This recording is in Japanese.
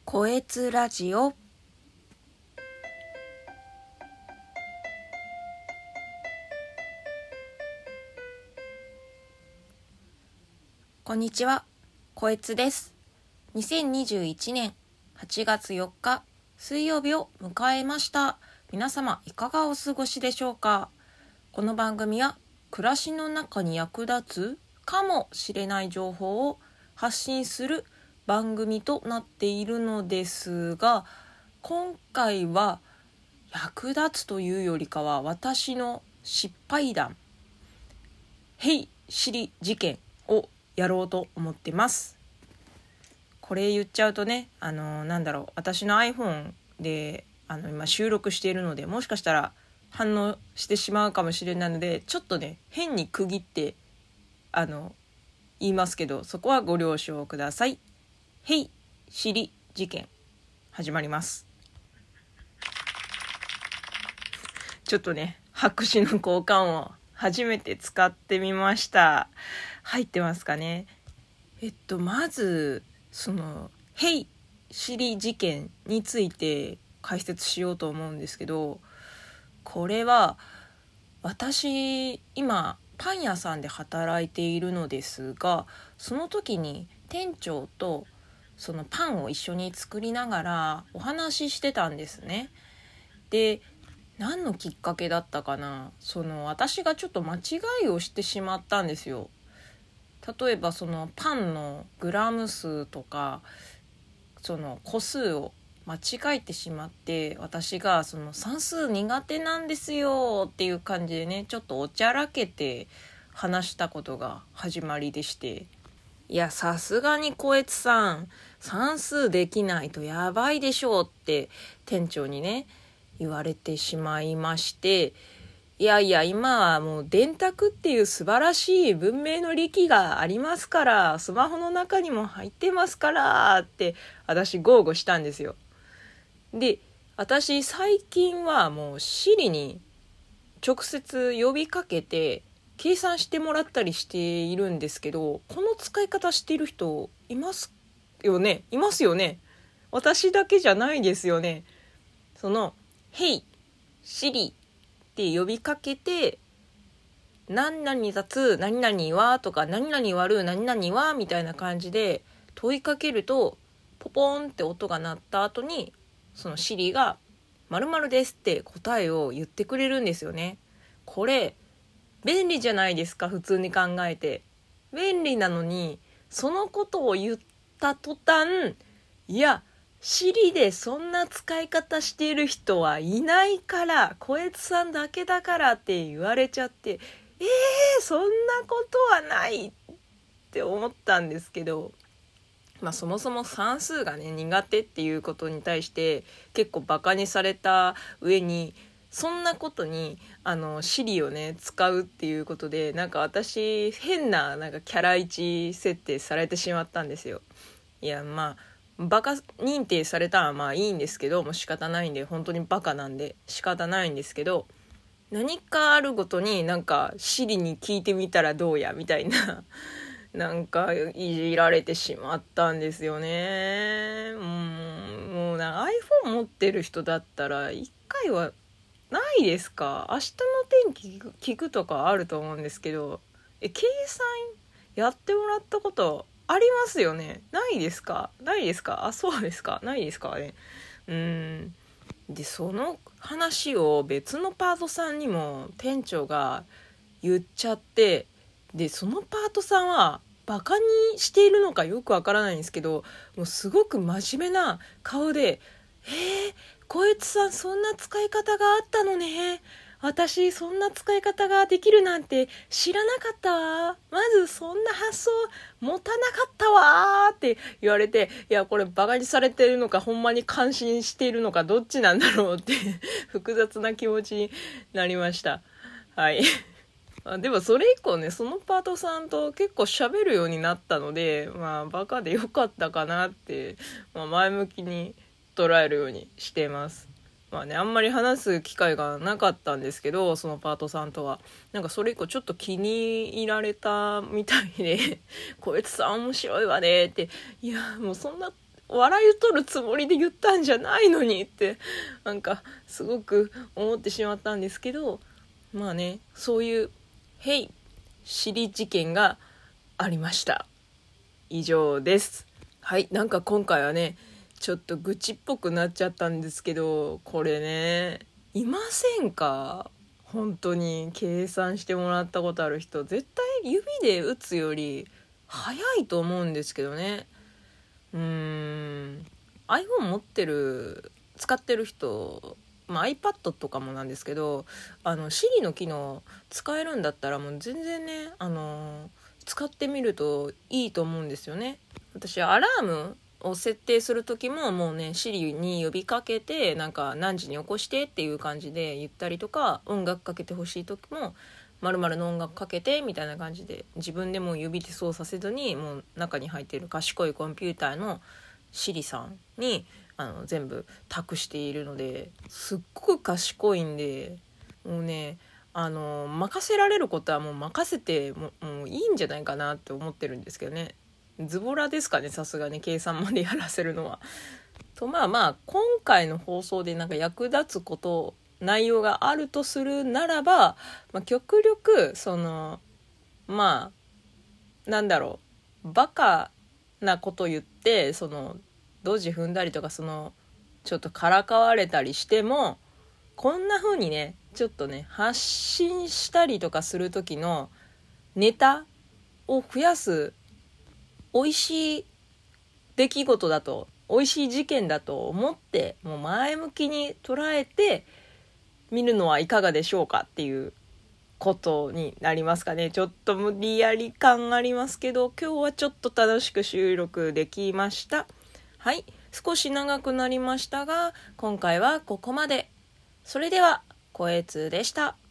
こえつラジオ。こんにちは、こえつです。2021年8月4日水曜日を迎えました。皆様いかがお過ごしでしょうか。この番組は暮らしの中に役立つかもしれない情報を発信する番組となっているのですが、今回は役立つというよりかは私の失敗談、ヘイシリ事件をやろうと思ってます。これ言っちゃうとね、私の iPhone で今収録しているので、もしかしたら反応してしまうかもしれないので、ちょっとね変に区切って言いますけど、そこはご了承ください。ヘイシリ事件始まります。ちょっとね拍手の交換を初めて使ってみました。入ってますかね。まずそのヘイシリ事件について解説しようと思うんですけど、これは私今パン屋さんで働いているのですが、その時に店長とそのパンを一緒に作りながらお話ししてたんですね。で、何のきっかけだったかな、私がちょっと間違いをしてしまったんですよ。例えばそのパンのグラム数とかその個数を間違えてしまって、私がその算数苦手なんですよっていう感じでね、ちょっとおちゃらけて話したことが始まりでして、いやさすがにこえつさん算数できないとやばいでしょうって店長にね言われてしまいまして、いやいや今はもう電卓っていう素晴らしい文明の利器がありますから、スマホの中にも入ってますからって私豪語したんですよ。で、私最近はもう Siri に直接呼びかけて計算してもらったりしているんですけど、この使い方している人いますよね。いますよね。私だけじゃないですよね。そのHey Siriって呼びかけて、何々立つ何々はとか何々割る何々はみたいな感じで問いかけると、ポポンって音が鳴った後にそのSiriが〇〇ですって答えを言ってくれるんですよね。これ便利じゃないですか。普通に考えて便利なのに、そのことを言った途端、いやSiriでそんな使い方している人はいないから、こえつさんだけだからって言われちゃって、そんなことはないって思ったんですけど、そもそも算数がね苦手っていうことに対して結構バカにされた上に、そんなことにSiriをね使うっていうことで、私変なキャラ位置設定されてしまったんですよ。いやバカ認定されたらいいんですけど、もう仕方ないんで、本当にバカなんで仕方ないんですけど、何かあるごとにSiriに聞いてみたらどうやみたいないじられてしまったんですよね。もうiPhone 持ってる人だったら1回はないですか。明日の天気聞くとかあると思うんですけど、計算やってもらったことありますよね。ないですか。ないですか。あ、そうですか。ないですかね。で、その話を別のパートさんにも店長が言っちゃって、でそのパートさんはバカにしているのかよくわからないんですけど、もうすごく真面目な顔で、こいつさんそんな使い方があったのね、私そんな使い方ができるなんて知らなかったわ、まずそんな発想持たなかったわって言われて、いやこれバカにされてるのかほんまに感心しているのかどっちなんだろうって複雑な気持ちになりました。はいでもそれ以降ね、そのパートさんと結構喋るようになったので、バカでよかったかなって、前向きに捉えるようにしています。あんまり話す機会がなかったんですけど、そのパートさんとはそれ以降ちょっと気に入られたみたいでこいつさん面白いわねって、いやもうそんな笑い取るつもりで言ったんじゃないのにってなんかすごく思ってしまったんですけど、まあね、そういう私利事件がありました。以上です。はい、なんか今回はねちょっと愚痴っぽくなっちゃったんですけど、これねいませんか？本当に計算してもらったことある人、絶対指で打つより早いと思うんですけどね。iPhone 使ってる人、iPad とかもなんですけど、Siri の機能使えるんだったらもう全然ね、使ってみるといいと思うんですよね。私アラームを設定する時ももうね Siri に呼びかけて、なんか何時に起こしてっていう感じで言ったりとか、音楽かけてほしい時も〇〇の音楽かけてみたいな感じで、自分でもう指で操作せずに、もう中に入っている賢いコンピューターの Siri さんに全部託しているので、すっごく賢いんで、もうね任せられることはもう任せてもういいんじゃないかなって思ってるんですけどね。ズボラですかね、さすがに計算までやらせるのは。と今回の放送でなんか役立つこと内容があるとするならば、極力なんだろう、バカなこと言ってドジ踏んだりとかちょっとからかわれたりしても、こんな風にねちょっとね発信したりとかする時のネタを増やす、美味しい出来事だと、美味しい事件だと思って、もう前向きに捉えて見るのはいかがでしょうかっていうことになりますかね。ちょっと無理やり感ありますけど、今日はちょっと楽しく収録できました。はい、少し長くなりましたが今回はここまで。それでは、こえつでした。